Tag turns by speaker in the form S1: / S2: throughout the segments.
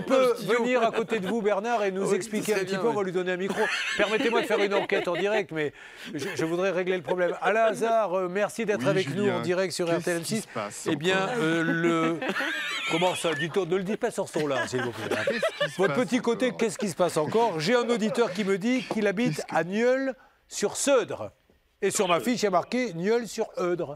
S1: peut venir à côté de vous, Bernard, et nous expliquer un petit peu, on va lui donner un micro. Permettez-moi de faire une enquête en direct, mais je voudrais régler le problème. Alain Hazard, merci d'être avec nous en direct sur RTL M6. Eh bien, comment ça, ne le dites pas sur ce ton-là, s'il vous plaît. Votre petit côté, qu'est-ce qui se passe encore? J'ai un auditeur qui me dit qu'il habite à Nieul-sur-Seudre. Et sur ma fiche, il y a marqué Nieul-sur-Eudre.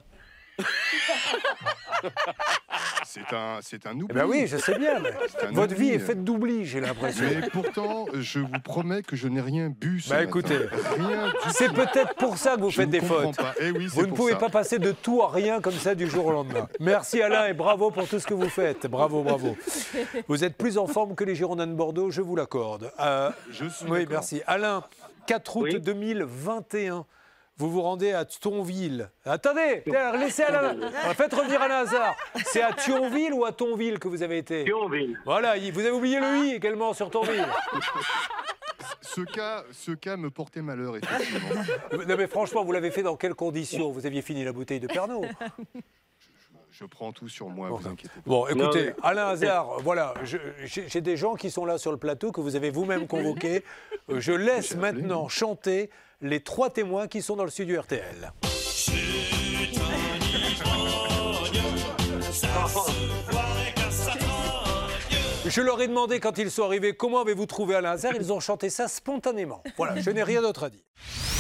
S2: C'est un oubli.
S1: Eh ben oui, je sais bien, mais votre vie est faite d'oubli, j'ai l'impression.
S2: Mais pourtant, je vous promets que je n'ai rien bu ce matin.
S1: Écoutez,
S2: rien
S1: c'est peut-être pour ça que vous faites des fautes.
S2: Eh oui,
S1: vous ne pouvez pas passer de tout à rien comme ça du jour au lendemain. Merci Alain et bravo pour tout ce que vous faites. Bravo, bravo. Vous êtes plus en forme que les Girondins de Bordeaux, je vous l'accorde.
S2: Je suis
S1: oui, merci. Alain, 4 août 2021. Vous vous rendez à Thionville. Attendez, laissez Alain. Faites revenir Alain Hazard. C'est à Thionville ou à Thionville que vous avez été?
S3: Thionville.
S1: Voilà, vous avez oublié le i également sur Thionville.
S2: Ce cas me portait malheur, effectivement.
S1: Non mais franchement, vous l'avez fait dans quelles conditions? Vous aviez fini la bouteille de Pernod.
S2: Je prends tout sur moi, vous inquiétez pas.
S1: Bon, écoutez, Alain Hazard, voilà, j'ai des gens qui sont là sur le plateau que vous avez vous-même convoqués. Je laisse maintenant chanter les 3 témoins qui sont dans le studio RTL. Je leur ai demandé quand ils sont arrivés comment avez-vous trouvé Alain Hazard. Ils ont chanté ça spontanément. Voilà, je n'ai rien d'autre à dire.